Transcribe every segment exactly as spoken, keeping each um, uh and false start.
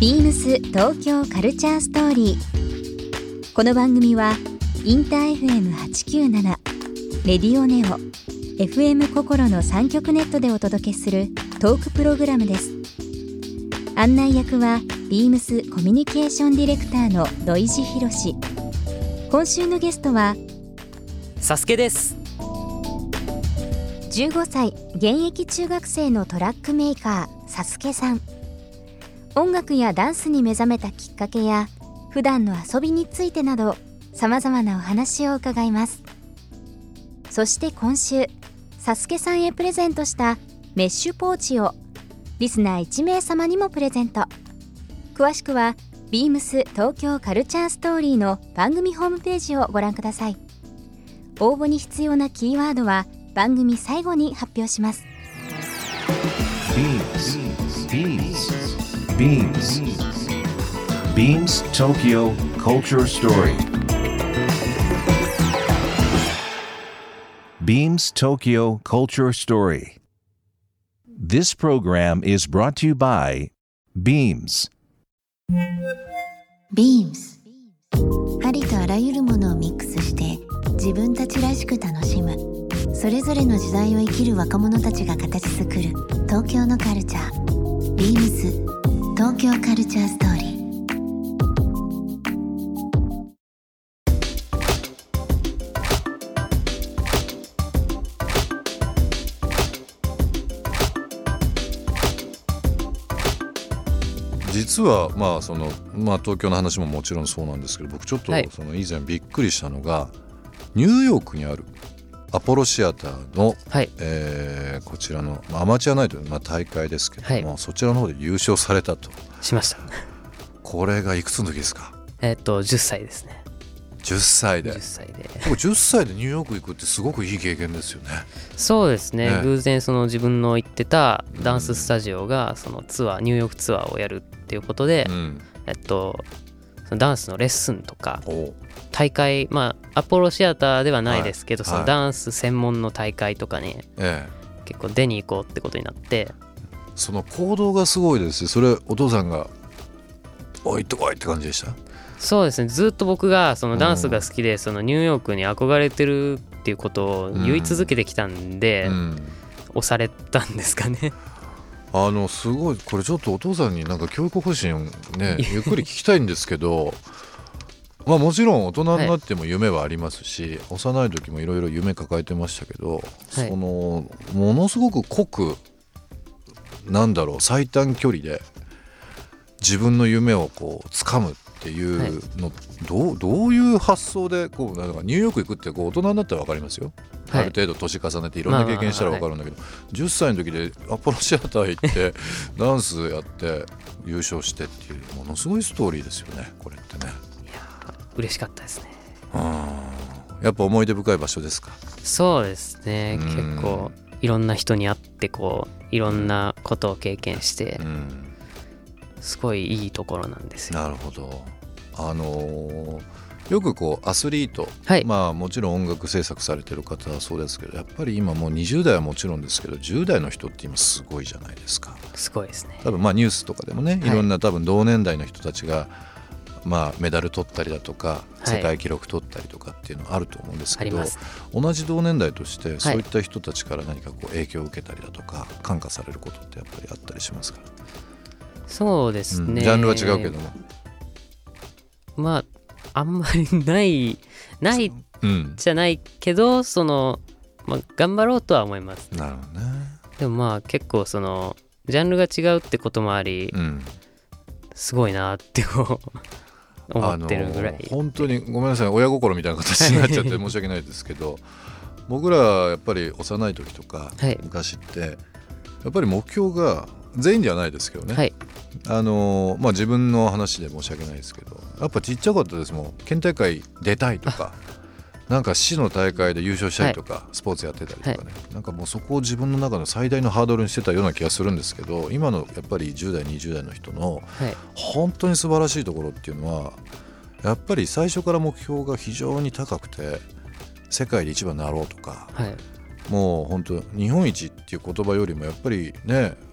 ビームス東京カルチャーストーリー。この番組はインター エフエムはちきゅうなな、レディオネオ、エフエム 心のさん局ネットでお届けするトークプログラムです。案内役はビームスコミュニケーションディレクターの土井博志。今週のゲストはサスケです。 じゅうごさい現役中学生のトラックメーカーサスケさん。音楽やダンスに目覚めたきっかけや普段の遊びについてなど様々なお話を伺います。そして今週サスケさんへプレゼントしたメッシュポーチをリスナーいち名様にもプレゼント。詳しくはビームス東京カルチャーストーリーの番組ホームページをご覧ください。応募に必要なキーワードは番組最後に発表します。 ビームス ビームス ビームス ビームス Tokyo Culture Story Beams Tokyo Culture Story. This program is brought to you by Beams. Beams ありとあらゆるものをミックスして自分たちらしく楽しむ、それぞれの時代を生きる若者たちが形作る東京のカルチャー。 Beams 東京カルチャーストーリー。 実はまあそのまあ東京の話ももちろんそうなんですけど、僕ちょっとはいその以前びっくりしたのが、ニューヨークにあるアポロシアターの、 はい、 えーこちらのまあアマチュアナイトのまあ大会ですけども、 はいそちらの方で優勝されたと。 しました。 これがいくつの時ですか？ えっとじゅっさいですね。 じゅっさいで。 じゅっさいで。 僕じゅっさいでニューヨーク行くってすごくいい経験ですよね。 そうですね、 ね偶然その自分の行ってたダンススタジオがそのツアーニューヨークツアーをやるっていうことで、 うん、 えっとそのダンスのレッスンとかお大会、まあアポロシアターではないですけど、 はいそのダンス専門の大会とかにええ、 結構出に行こうってことになって、 その行動がすごいですよ。それお父さんがおい行ってこいって感じでした？ そうですね、ずっと僕がそのダンスが好きで、そのニューヨークに憧れてるっていうことを言い続けてきたんで、 うん、 押されたんですかね。 あのすごいこれちょっとお父さんになんか教育方針をねゆっくり聞きたいんですけどまあもちろん大人になっても夢はありますし、はい、幼い時もいろいろ夢抱えてましたけど、はい、そのものすごく濃くなんだろう最短距離で自分の夢をこう掴むっていうの、はい、どう、どういう発想でこうなんかニューヨーク行くってこう大人になったら分かりますよ、はい、ある程度年重ねていろんな経験したら分かるんだけど、まあまあはい、じゅっさいの時でアポロシアター行ってダンスやって優勝してっていうものすごいストーリーですよねこれってね。 いや嬉しかったですね。 やっぱ思い出深い場所ですか？ そうですね、結構いろんな人に会ってこういろんなことを経験して、うんすごいいいところなんですよ。 なるほど。あのー、よくこうアスリート、 はい、 まあもちろん音楽制作されてる方はそうですけど、やっぱり今もうにじゅう代はもちろんですけどじゅう代の人って今すごいじゃないですか。 すごいですね。 多分まあニュースとかでもね、いろんな多分同年代の人たちがまあメダル取ったりだとか世界記録取ったりとかっていうのはあると思うんですけど、はい、同じ同年代としてそういった人たちから何かこう影響を受けたりだとか感化されることってやっぱりあったりしますか？ そうですね、うん、 ジャンルは違うけどもまああんまりないないじゃないけど、うん、その、まあ、頑張ろうとは思います。 なるほどね。 でもまあ結構そのジャンルが違うってこともあり、うん、すごいなってこう思ってるぐらい、 あの本当にごめんなさい親心みたいな形になっちゃって申し訳ないですけど僕らやっぱり幼い時とか、はい、昔ってやっぱり目標が全員ではないですけどね、はい、あのまあ、自分の話で申し訳ないですけどやっぱちっちゃかったですもん。県大会出たいとかなんか市の大会で優勝したりとか、はい、スポーツやってたりとかね、はい、なんかもうそこを自分の中の最大のハードルにしてたような気がするんですけど、今のやっぱりじゅう代にじゅう代の人の本当に素晴らしいところっていうのはやっぱり最初から目標が非常に高くて世界で一番になろうとか、はい、もう本当日本一っていう言葉よりもやっぱりね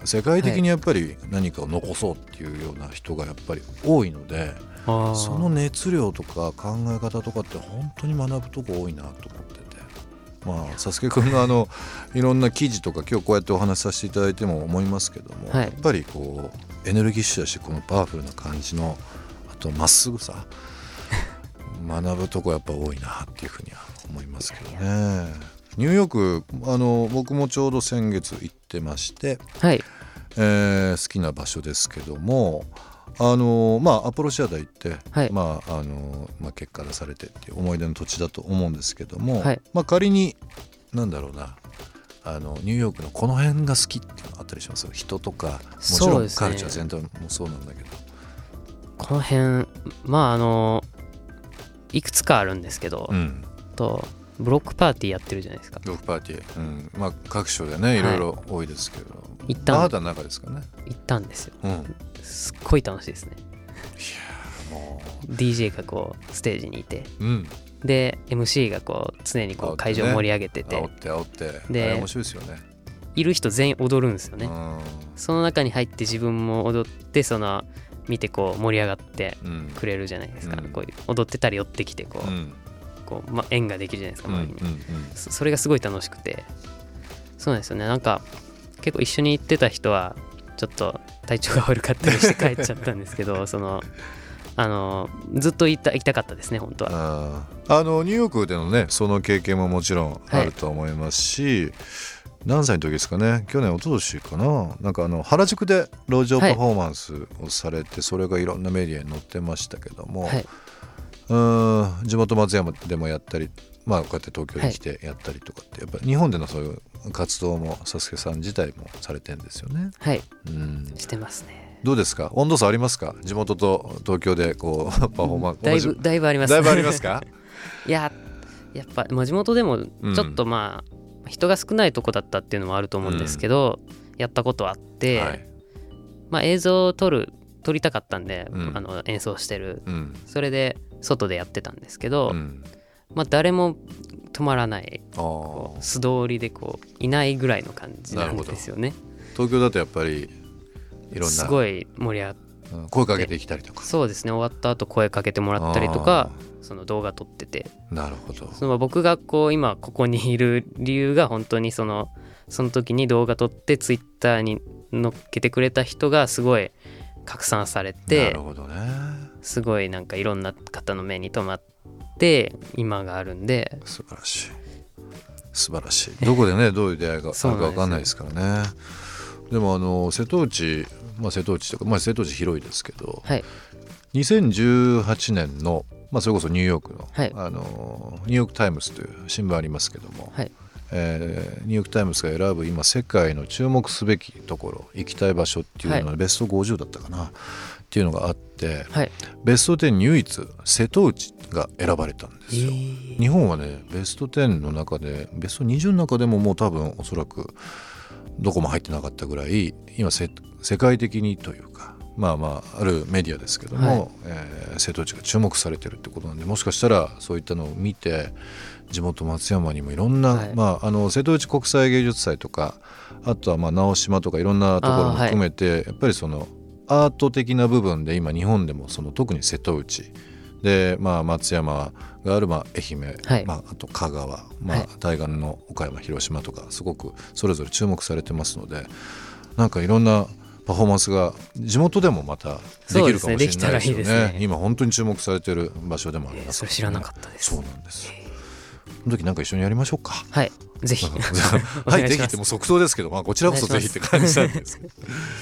世界的にやっぱり何かを残そうっていうような人がやっぱり多いので、その熱量とか考え方とかって本当に学ぶとこ多いなと思ってて、まあサスケくんのあのいろんな記事とか今日こうやってお話しさせていただいても思いますけども、はい、やっぱりこうエネルギッシュだし、このパワフルな感じの、あとまっすぐさ学ぶとこやっぱ多いなっていうふうには思いますけどね。ニューヨーク、あの僕もちょうど先月行ってまして、はい、えー、好きな場所ですけども、あのまあアポロシアター行って、はい、まああのまあ、結果出されてっていう思い出の土地だと思うんですけども、はい、まあ、仮になんだろうな、あのニューヨークのこの辺が好きっていうのあったりします？人とかもちろんカルチャー全体もそうなんだけど、 この辺まああのいくつかあるんですけど、うん、とブロックパーティーやってるじゃないですか。 ブロックパーティー、うん、まあ各所でねいろいろ多いですけど、はい、行ったん、バーターの中ですかね。 行ったんですよ、うん、すっごい楽しいですね。いやもう ディージェー がこうステージにいて、うん、で エムシー がこう常にこう会場を盛り上げてて、 煽って煽ってであれ面白いですよね。 いる人全員踊るんですよね、うん、その中に入って自分も踊って、その見てこう盛り上がってくれるじゃないですか、うん、こう踊ってたり寄ってきてこう、うんこうま、縁ができるじゃないですか周りに、うんうんうん、そ, それがすごい楽しくて、そうなんですよね。なんか結構一緒に行ってた人はちょっと体調が悪かったりして帰っちゃったんですけどそのあのずっと行った行きたかったですね本当は。 ああのニューヨークでのねその経験ももちろんあると思いますし、はい、何歳の時ですかね、去年一昨年かな、なんかあの原宿で路上パフォーマンスをされて、はい、それがいろんなメディアに載ってましたけども、はい、うーん地元松山でもやったり、まあこうやって東京に来てやったりとかって、やっぱり日本でのそういう活動もサスケさん自体もされてるんですよね。 はい、うん、してますね。 どうですか、温度差ありますか、地元と東京でこうパフォーマンス。 だいぶだいぶあります。 だいぶありますかいややっぱ、まあ、地元でもちょっとまあ、うん、人が少ないとこだったっていうのもあると思うんですけど、うん、やったことあって、はい、まあ、映像を撮る撮りたかったんで、うん、あの演奏してる、うん、それで外でやってたんですけど、うん、まあ、誰も止まらない、こう素通りでこういないぐらいの感じなんですよね。 東京だとやっぱりいろんなすごい盛り上がって、 声かけてきたりとか。 そうですね、終わった後声かけてもらったりとか、その動画撮ってて。 なるほど。 その僕がこう今ここにいる理由が本当にそのその時に動画撮ってツイッターに載っけてくれた人がすごい拡散されて、 なるほどね、 すごいなんかいろんな方の目に留まって今があるんで。 素晴らしい素晴らしい。どこでねどういう出会いがあるか分かんないですからね。でもあの瀬戸内、まあ、瀬戸内とか、まあ、瀬戸内広いですけど、はい、にせんじゅうはちねんの、まあ、それこそニューヨークの、はい、あのニューヨークタイムズという新聞ありますけども、はい、えー、ニューヨークタイムズが選ぶ今世界の注目すべきところ行きたい場所っていうのがベストごじゅうだったかな、はい、っていうのがあって、はい、ベストじゅうに唯一瀬戸内が選ばれたんですよ。日本はねベストじゅうの中でベストにじゅうの中でももう多分おそらくどこも入ってなかったぐらい今世界的にというか、まあまああるメディアですけども、はい、えー、瀬戸内が注目されてるってことなんで、もしかしたらそういったのを見て地元松山にもいろんな、はい、まあ、あの瀬戸内国際芸術祭とかあとはまあ直島とかいろんなところも含めて、はい、やっぱりそのアート的な部分で今日本でもその特に瀬戸内で、まあ、松山があるまあ愛媛、はい、まあ、あと香川、まあ、対岸の岡山広島とかすごくそれぞれ注目されてますので、なんかいろんなパフォーマンスが地元でもまたできるかもしれないですよ ね, ですね, ですね。今本当に注目されている場所でもあります、ね、 それ知らなかったです。 そうなんです。その時なんか一緒にやりましょうか。 はい、ぜひはい、ぜひってもう即答ですけど、まあ、こちらこそぜひって感じなんですけど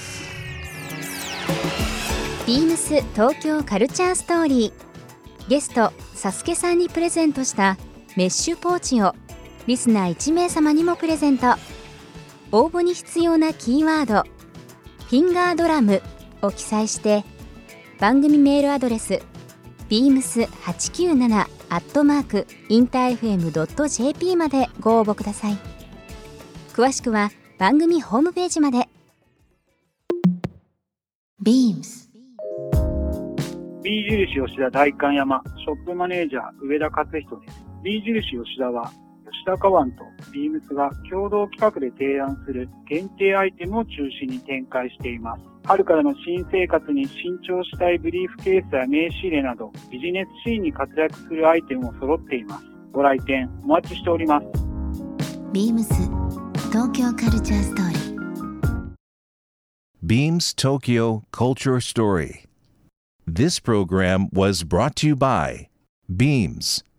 ビームス東京カルチャーストーリー、ゲストサスケさんにプレゼントしたメッシュポーチをリスナーいち名様にもプレゼント。応募に必要なキーワードフィンガードラムを記載して番組メールアドレス ビームスはちきゅうなな アットマーク インターエフエム ドット ジェーピー までご応募ください。詳しくは番組ホームページまで。 ビームス B 印吉田代官山ショップマネージャー上田勝人です。B 印吉田は吉高湾とビームスが共同企画で提案する限定アイテムを中心に展開しています。春からの新生活に新調したいブリーフケースや名刺入れなどビジネスシーンに活躍するアイテムも揃っています。ご来店お待ちしております。 ビームス東京カルチャーストーリー Beams Tokyo Culture Story. This program was brought to you by Beams.